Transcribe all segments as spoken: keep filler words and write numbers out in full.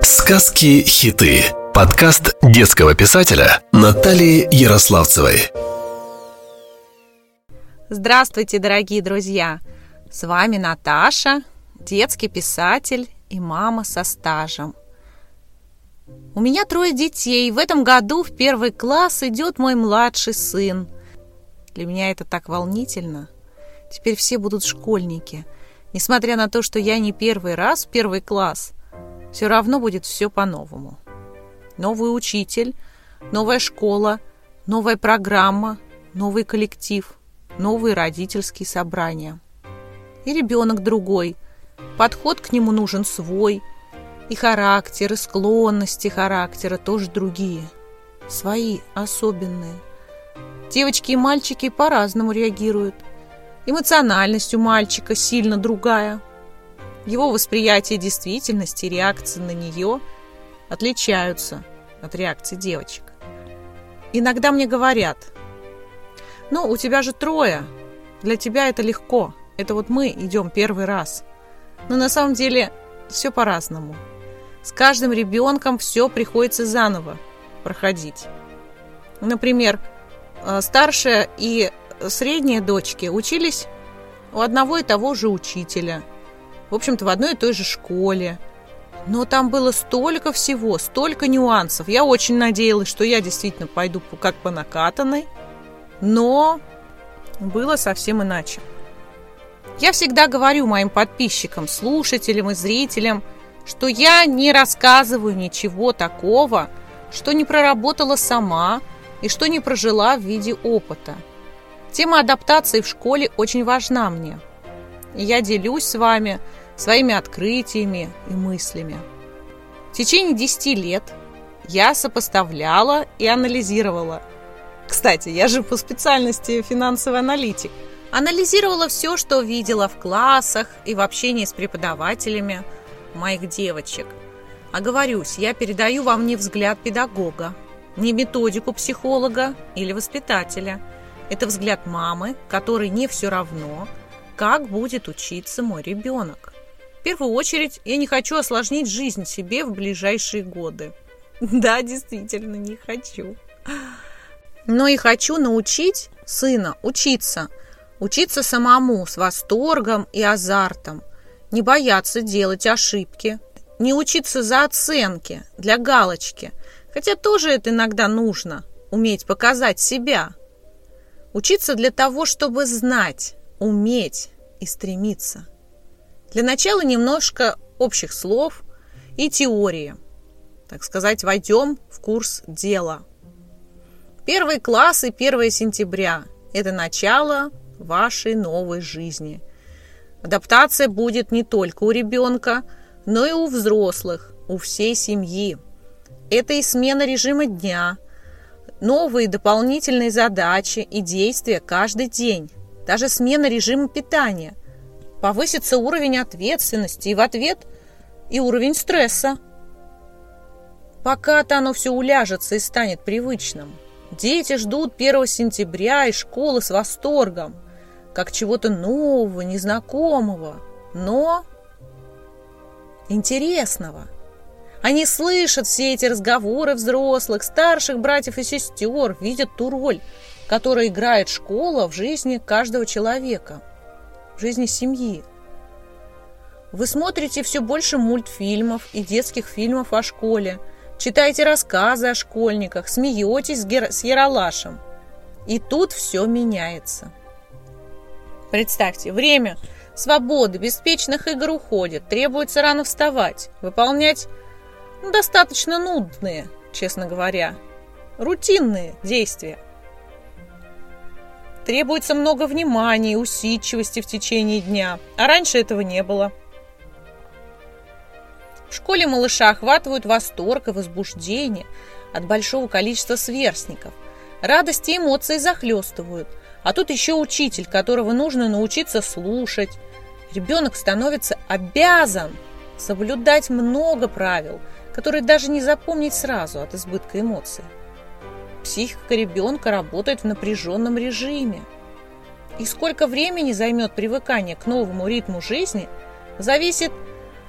Сказки-хиты. Подкаст детского писателя Натальи Ярославцевой. Здравствуйте, дорогие друзья! С вами Наташа, детский писатель и мама со стажем. У меня трое детей. В этом году в первый класс идет мой младший сын. Для меня это так волнительно. Теперь все будут школьники. Несмотря на то, что я не первый раз в первый класс, все равно будет все по-новому. Новый учитель, новая школа, новая программа, новый коллектив, новые родительские собрания. И ребенок другой. Подход к нему нужен свой. И характер, и склонности характера тоже другие. Свои, особенные. Девочки и мальчики по-разному реагируют. Эмоциональность у мальчика сильно другая. Его восприятие действительности и реакции на нее отличаются от реакции девочек. Иногда мне говорят: ну, у тебя же трое, для тебя это легко, это вот мы идем первый раз. Но на самом деле все по-разному. С каждым ребенком все приходится заново проходить. Например, старшая и средние дочки учились у одного и того же учителя, в общем-то, в одной и той же школе. Но там было столько всего, столько нюансов. Я очень надеялась, что я действительно пойду как по накатанной, но было совсем иначе. Я всегда говорю моим подписчикам, слушателям и зрителям, что я не рассказываю ничего такого, что не проработала сама и что не прожила в виде опыта. Тема адаптации в школе очень важна мне. И я делюсь с вами своими открытиями и мыслями. В течение десяти лет я сопоставляла и анализировала. Кстати, я же по специальности финансовый аналитик. Анализировала все, что видела в классах и в общении с преподавателями моих девочек. Оговорюсь, я передаю вам не взгляд педагога, не методику психолога или воспитателя. Это взгляд мамы, которой не все равно, как будет учиться мой ребенок. В первую очередь, я не хочу осложнить жизнь себе в ближайшие годы. Да, действительно, не хочу. Но и хочу научить сына учиться. Учиться самому с восторгом и азартом. Не бояться делать ошибки. Не учиться за оценки, для галочки. Хотя тоже это иногда нужно. Уметь показать себя. Учиться для того, чтобы знать, уметь и стремиться. Для начала немножко общих слов и теории. Так сказать, войдем в курс дела. Первый класс и первое сентября – это начало вашей новой жизни. Адаптация будет не только у ребенка, но и у взрослых, у всей семьи. Это и смена режима дня, новые дополнительные задачи и действия каждый день, даже смена режима питания. Повысится уровень ответственности и в ответ и уровень стресса. Пока-то оно все уляжется и станет привычным. Дети ждут первого сентября и школы с восторгом, как чего-то нового, незнакомого, но интересного. Они слышат все эти разговоры взрослых, старших братьев и сестер, видят ту роль, которую играет школа в жизни каждого человека, в жизни семьи. Вы смотрите все больше мультфильмов и детских фильмов о школе, читаете рассказы о школьниках, смеетесь с, гер... с яролашем. И тут все меняется. Представьте, время свободы, беспечных игр уходит, требуется рано вставать, выполнять ну, достаточно нудные, честно говоря, рутинные действия. Требуется много внимания и усидчивости в течение дня, а раньше этого не было. В школе малыша охватывают восторг и возбуждение от большого количества сверстников. Радость и эмоции захлестывают. А тут еще учитель, которого нужно научиться слушать. Ребенок становится обязан соблюдать много правил, которые даже не запомнить сразу от избытка эмоций. Психика ребенка работает в напряженном режиме. И сколько времени займет привыкание к новому ритму жизни, зависит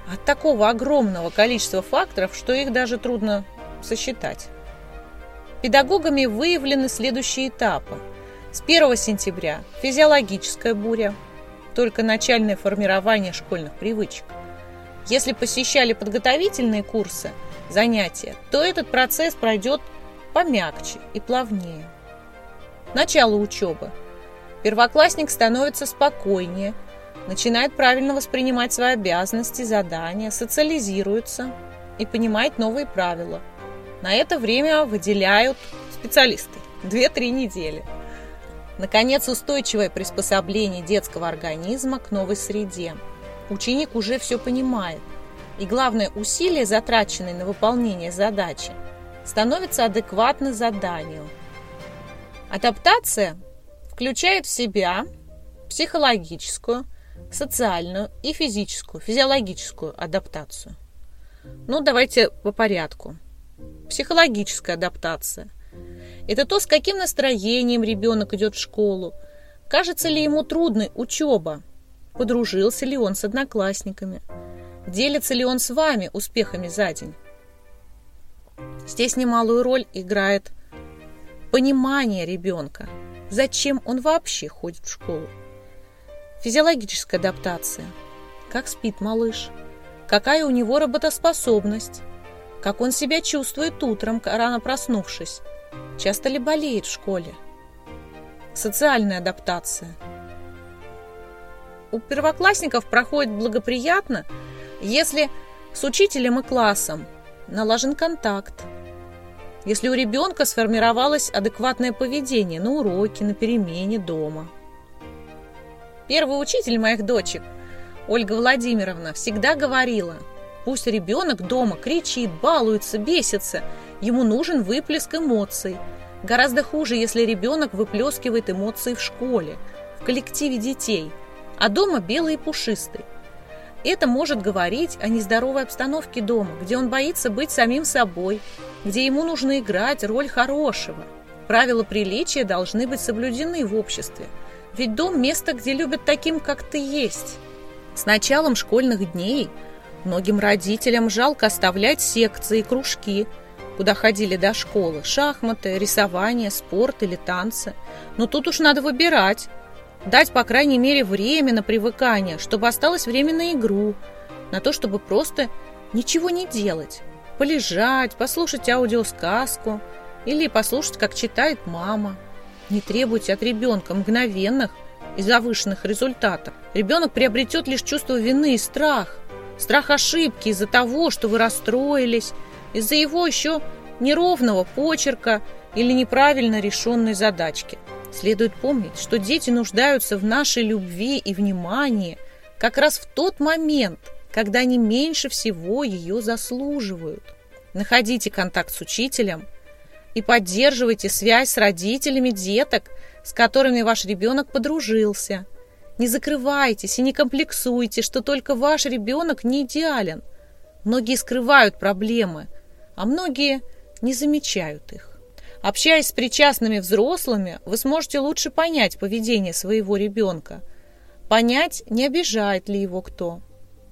от такого огромного количества факторов, что их даже трудно сосчитать. Педагогами выявлены следующие этапы. С первого сентября физиологическая буря, только начальное формирование школьных привычек. Если посещали подготовительные курсы, занятия, то этот процесс пройдет помягче и плавнее. Начало учебы. Первоклассник становится спокойнее, начинает правильно воспринимать свои обязанности, задания, социализируется и понимает новые правила. На это время выделяют специалисты две-три недели. Наконец, устойчивое приспособление детского организма к новой среде. Ученик уже все понимает, и главное, усилия, затраченные на выполнение задачи, становятся адекватны заданию. Адаптация включает в себя психологическую, социальную и физическую, физиологическую адаптацию. Ну, давайте по порядку. Психологическая адаптация – это то, с каким настроением ребенок идет в школу, кажется ли ему трудной учеба, подружился ли он с одноклассниками, делится ли он с вами успехами за день. Здесь немалую роль играет понимание ребенка, зачем он вообще ходит в школу. Физиологическая адаптация. Как спит малыш, какая у него работоспособность, как он себя чувствует утром, рано проснувшись, часто ли болеет в школе. Социальная адаптация. У первоклассников проходит благоприятно, если с учителем и классом налажен контакт, если у ребенка сформировалось адекватное поведение на уроке, на перемене, дома. Первый учитель моих дочек, Ольга Владимировна, всегда говорила: пусть ребенок дома кричит, балуется, бесится, ему нужен выплеск эмоций. Гораздо хуже, если ребенок выплескивает эмоции в школе, в коллективе детей, а дома белый и пушистый. Это может говорить о нездоровой обстановке дома, где он боится быть самим собой, где ему нужно играть роль хорошего. Правила приличия должны быть соблюдены в обществе, ведь дом – место, где любят таким, как ты есть. С началом школьных дней многим родителям жалко оставлять секции, кружки, куда ходили до школы, шахматы, рисование, спорт или танцы. Но тут уж надо выбирать. Дать, по крайней мере, время на привыкание, чтобы осталось время на игру, на то, чтобы просто ничего не делать. Полежать, послушать аудиосказку или послушать, как читает мама. Не требуйте от ребенка мгновенных и завышенных результатов. Ребенок приобретет лишь чувство вины и страх. Страх ошибки из-за того, что вы расстроились, из-за его еще неровного почерка или неправильно решенной задачки. Следует помнить, что дети нуждаются в нашей любви и внимании как раз в тот момент, когда они меньше всего ее заслуживают. Находите контакт с учителем и поддерживайте связь с родителями деток, с которыми ваш ребенок подружился. Не закрывайтесь и не комплексуйте, что только ваш ребенок не идеален. Многие скрывают проблемы, а многие не замечают их. Общаясь с причастными взрослыми, вы сможете лучше понять поведение своего ребенка, понять, не обижает ли его кто.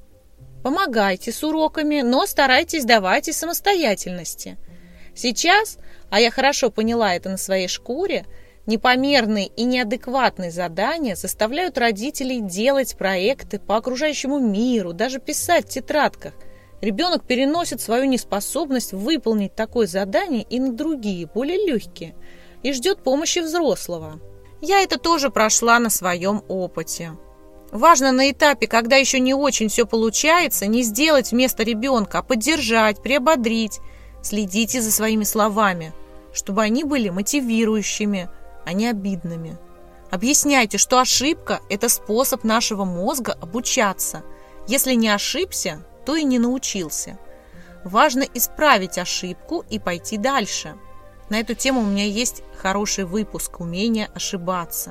Помогайте с уроками, но старайтесь давать и самостоятельности. Сейчас, а я хорошо поняла это на своей шкуре, непомерные и неадекватные задания заставляют родителей делать проекты по окружающему миру, даже писать в тетрадках. Ребенок переносит свою неспособность выполнить такое задание и на другие, более легкие, и ждет помощи взрослого. Я это тоже прошла на своем опыте. Важно на этапе, когда еще не очень все получается, не сделать вместо ребенка, а поддержать, приободрить. Следите за своими словами, чтобы они были мотивирующими, а не обидными. Объясняйте, что ошибка – это способ нашего мозга обучаться. Если не ошибся, то и не научился. Важно исправить ошибку и пойти дальше. На эту тему у меня есть хороший выпуск «Умение ошибаться».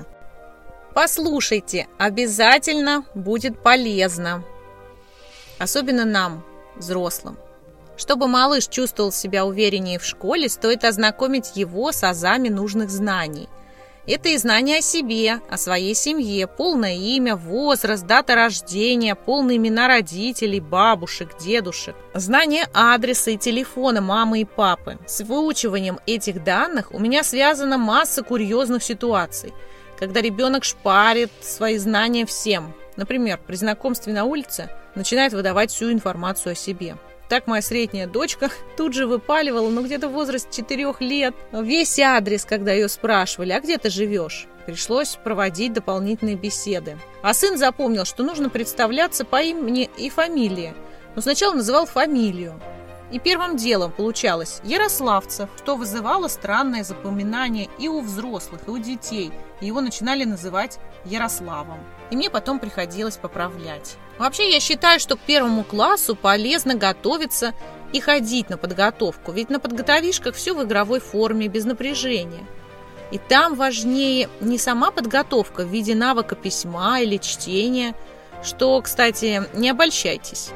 Послушайте, обязательно будет полезно. Особенно нам, взрослым. Чтобы малыш чувствовал себя увереннее в школе, стоит ознакомить его с азами нужных знаний. Это и знание о себе, о своей семье, полное имя, возраст, дата рождения, полные имена родителей, бабушек, дедушек, знание адреса и телефона мамы и папы. С выучиванием этих данных у меня связана масса курьезных ситуаций, когда ребенок шпарит свои знания всем. Например, при знакомстве на улице начинает выдавать всю информацию о себе. Так моя средняя дочка тут же выпаливала, ну где-то в возрасте четырех лет, весь адрес, когда ее спрашивали, а где ты живешь? Пришлось проводить дополнительные беседы. А сын запомнил, что нужно представляться по имени и фамилии. Но сначала называл фамилию. И первым делом получалось Ярославцев, что вызывало странное запоминание и у взрослых, и у детей. И его начинали называть Ярославом. И мне потом приходилось поправлять. Вообще, я считаю, что к первому классу полезно готовиться и ходить на подготовку. Ведь на подготовишках все в игровой форме, без напряжения. И там важнее не сама подготовка в виде навыка письма или чтения, что, кстати, не обольщайтесь.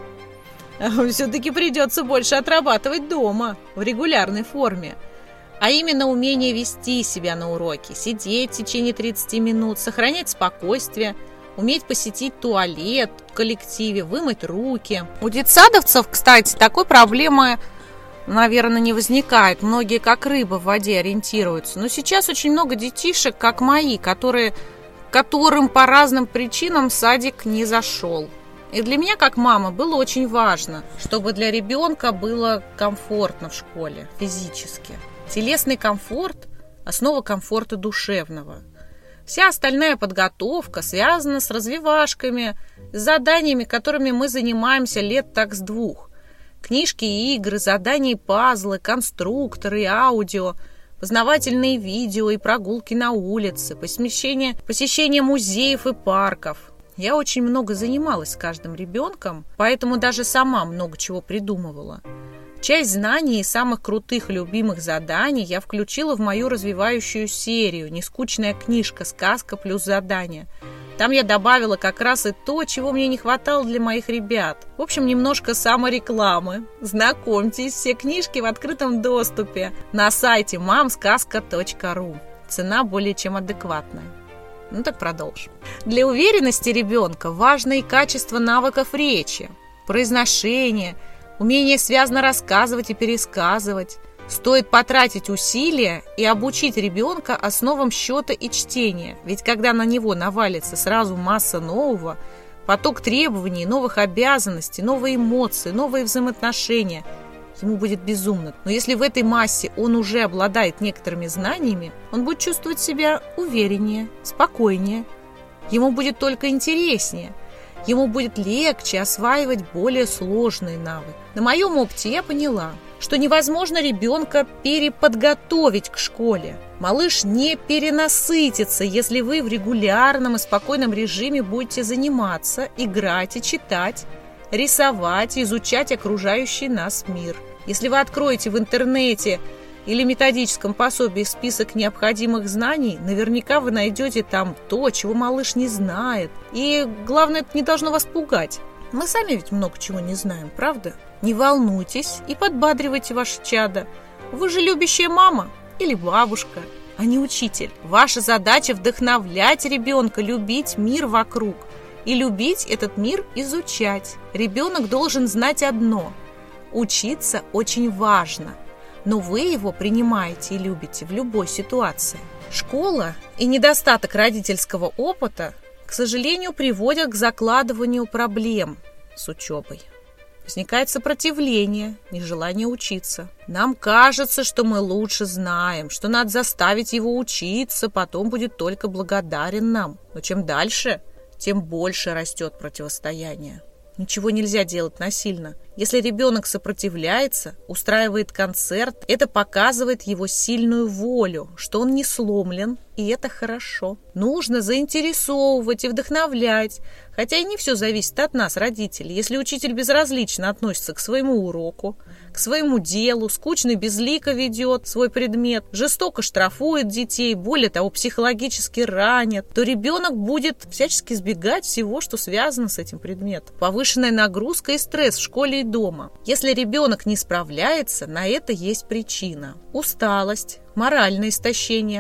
Все-таки придется больше отрабатывать дома, в регулярной форме. А именно умение вести себя на уроке, сидеть в течение тридцати минут, сохранять спокойствие, уметь посетить туалет в коллективе, вымыть руки. У детсадовцев, кстати, такой проблемы, наверное, не возникает. Многие как рыба в воде ориентируются. Но сейчас очень много детишек, как мои, которые, которым по разным причинам садик не зашел. И для меня, как мама, было очень важно, чтобы для ребенка было комфортно в школе, физически. Телесный комфорт – основа комфорта душевного. Вся остальная подготовка связана с развивашками, с заданиями, которыми мы занимаемся лет так с двух. Книжки и игры, задания и пазлы, конструкторы и аудио, познавательные видео и прогулки на улице, посещение, посещение музеев и парков. Я очень много занималась с каждым ребенком, поэтому даже сама много чего придумывала. Часть знаний и самых крутых и любимых заданий я включила в мою развивающую серию «Нескучная книжка. Сказка плюс задания». Там я добавила как раз и то, чего мне не хватало для моих ребят. В общем, немножко саморекламы. Знакомьтесь, все книжки в открытом доступе на сайте мам сказка точка ру. Цена более чем адекватная. Ну так продолжим. Для уверенности ребенка важно и качество навыков речи, произношения, умение связно рассказывать и пересказывать. Стоит потратить усилия и обучить ребенка основам счета и чтения. Ведь когда на него навалится сразу масса нового, поток требований, новых обязанностей, новые эмоции, новые взаимоотношения, ему будет безумно. Но если в этой массе он уже обладает некоторыми знаниями, он будет чувствовать себя увереннее, спокойнее. Ему будет только интереснее. Ему будет легче осваивать более сложные навыки. На моем опыте я поняла, что невозможно ребенка переподготовить к школе. Малыш не перенасытится, если вы в регулярном и спокойном режиме будете заниматься, играть и читать, рисовать и изучать окружающий нас мир. Если вы откроете в интернете или методическом пособии список необходимых знаний, наверняка вы найдете там то, чего малыш не знает. И главное, это не должно вас пугать. Мы сами ведь много чего не знаем, правда? Не волнуйтесь и подбадривайте ваше чадо. Вы же любящая мама или бабушка, а не учитель. Ваша задача вдохновлять ребенка, любить мир вокруг. И любить этот мир изучать. Ребенок должен знать одно – учиться очень важно. Но вы его принимаете и любите в любой ситуации. Школа и недостаток родительского опыта, к сожалению, приводят к закладыванию проблем с учебой. Возникает сопротивление, нежелание учиться. Нам кажется, что мы лучше знаем, что надо заставить его учиться, потом будет только благодарен нам. Но чем дальше, тем больше растет противостояние. Ничего нельзя делать насильно. Если ребенок сопротивляется, устраивает концерт, это показывает его сильную волю, что он не сломлен, и это хорошо. Нужно заинтересовывать и вдохновлять, хотя и не все зависит от нас, родителей. Если учитель безразлично относится к своему уроку, к своему делу, скучно и безлико ведет свой предмет, жестоко штрафует детей, более того, психологически ранит, то ребенок будет всячески избегать всего, что связано с этим предметом. Повышенная нагрузка и стресс в школе и дома. Если ребенок не справляется, на это есть причина. Усталость, моральное истощение,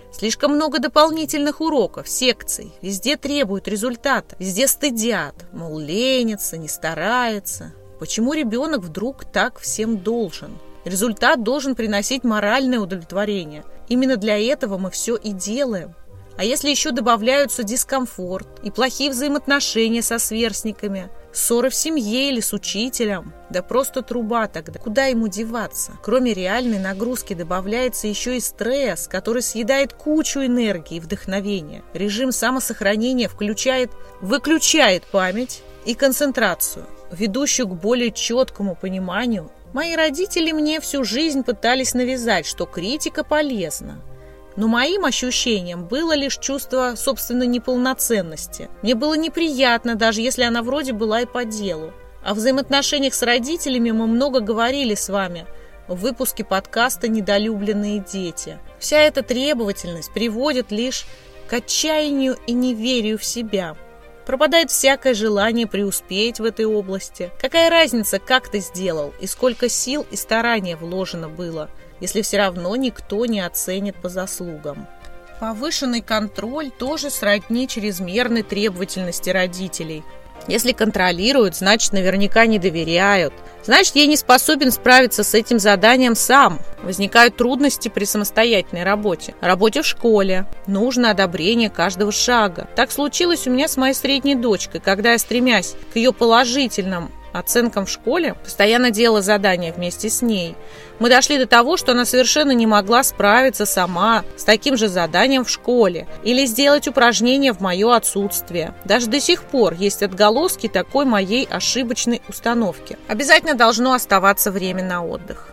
Слишком много дополнительных уроков, секций. Везде требуют результата, везде стыдят. Мол, ленится, не старается. Почему ребенок вдруг так всем должен? Результат должен приносить моральное удовлетворение. Именно для этого мы все и делаем. А если еще добавляются дискомфорт и плохие взаимоотношения со сверстниками, ссоры в семье или с учителем, да просто труба тогда. Куда ему деваться? Кроме реальной нагрузки добавляется еще и стресс, который съедает кучу энергии и вдохновения. Режим самосохранения включает, выключает память и концентрацию, ведущую к более четкому пониманию. Мои родители мне всю жизнь пытались навязать, что критика полезна. Но моим ощущением было лишь чувство собственной неполноценности. Мне было неприятно, даже если она вроде была и по делу. О взаимоотношениях с родителями мы много говорили с вами в выпуске подкаста «Недолюбленные дети». Вся эта требовательность приводит лишь к отчаянию и неверию в себя. Пропадает всякое желание преуспеть в этой области. Какая разница, как ты сделал и сколько сил и старания вложено было, если все равно никто не оценит по заслугам. Повышенный контроль тоже сродни чрезмерной требовательности родителей. Если контролируют, значит, наверняка не доверяют. Значит, я не способен справиться с этим заданием сам. Возникают трудности при самостоятельной работе. Работе в школе. Нужно одобрение каждого шага. Так случилось у меня с моей средней дочкой, когда я, стремясь к ее положительным оценкам в школе, постоянно делала задания вместе с ней. Мы дошли до того, что она совершенно не могла справиться сама с таким же заданием в школе или сделать упражнение в мое отсутствие. Даже до сих пор есть отголоски такой моей ошибочной установки. Обязательно должно оставаться время на отдых.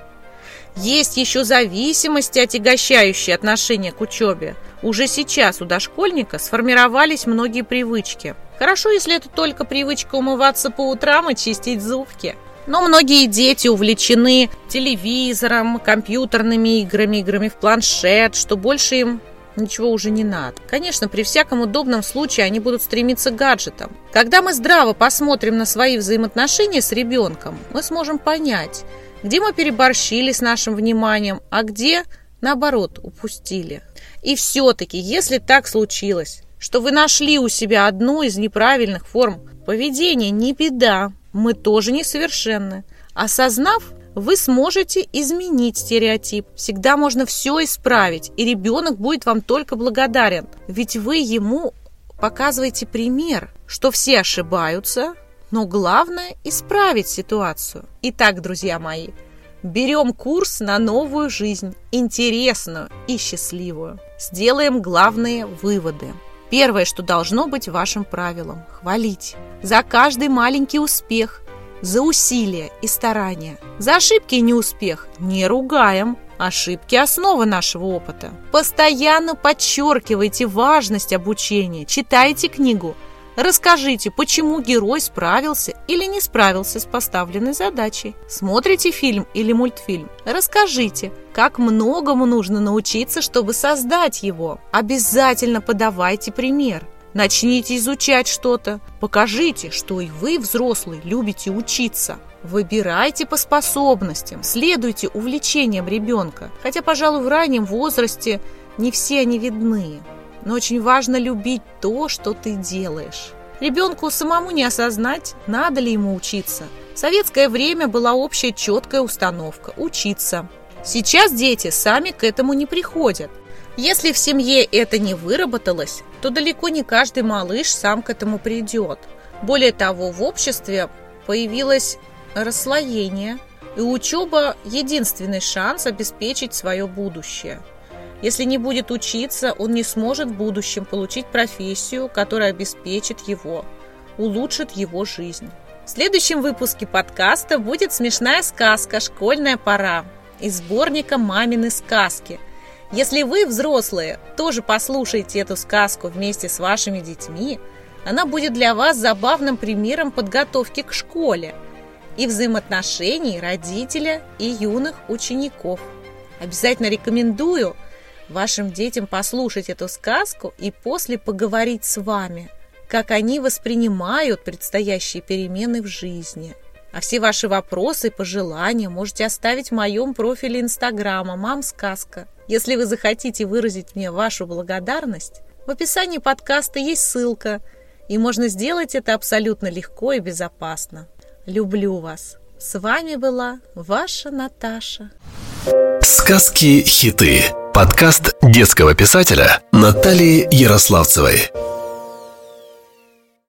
Есть еще зависимости, отягощающие отношение к учебе. Уже сейчас у дошкольника сформировались многие привычки. Хорошо, если это только привычка умываться по утрам и чистить зубки. Но многие дети увлечены телевизором, компьютерными играми, играми в планшет, что больше им ничего уже не надо. Конечно, при всяком удобном случае они будут стремиться к гаджетам. Когда мы здраво посмотрим на свои взаимоотношения с ребенком, мы сможем понять, где мы переборщили с нашим вниманием, а где, наоборот, упустили. И все-таки, если так случилось, что вы нашли у себя одну из неправильных форм поведения, не беда, мы тоже несовершенны. Осознав, вы сможете изменить стереотип. Всегда можно все исправить, и ребенок будет вам только благодарен. Ведь вы ему показываете пример, что все ошибаются, но главное исправить ситуацию. Итак, друзья мои, берем курс на новую жизнь, интересную и счастливую. Сделаем главные выводы. Первое, что должно быть вашим правилом – хвалить. За каждый маленький успех, за усилия и старания. За ошибки и неуспех не ругаем. Ошибки – основа нашего опыта. Постоянно подчеркивайте важность обучения. Читайте книгу. Расскажите, почему герой справился или не справился с поставленной задачей. Смотрите фильм или мультфильм. Расскажите, как многому нужно научиться, чтобы создать его. Обязательно подавайте пример. Начните изучать что-то. Покажите, что и вы, взрослые, любите учиться. Выбирайте по способностям, следуйте увлечениям ребенка. Хотя, пожалуй, в раннем возрасте не все они видны. Но очень важно любить то, что ты делаешь. Ребенку самому не осознать, надо ли ему учиться. В советское время была общая четкая установка – учиться. Сейчас дети сами к этому не приходят. Если в семье это не выработалось, то далеко не каждый малыш сам к этому придет. Более того, в обществе появилось расслоение, и учеба – единственный шанс обеспечить свое будущее. Если не будет учиться, он не сможет в будущем получить профессию, которая обеспечит его, улучшит его жизнь. В следующем выпуске подкаста будет смешная сказка «Школьная пора» из сборника «Мамины сказки». Если вы, взрослые, тоже послушаете эту сказку вместе с вашими детьми, она будет для вас забавным примером подготовки к школе и взаимоотношений родителя и юных учеников. Обязательно рекомендую вашим детям послушать эту сказку и после поговорить с вами, как они воспринимают предстоящие перемены в жизни. А все ваши вопросы и пожелания можете оставить в моем профиле Инстаграма «Мам-сказка». Если вы захотите выразить мне вашу благодарность, в описании подкаста есть ссылка, и можно сделать это абсолютно легко и безопасно. Люблю вас. С вами была ваша Наташа. Сказки-хиты. Подкаст детского писателя Натальи Ярославцевой.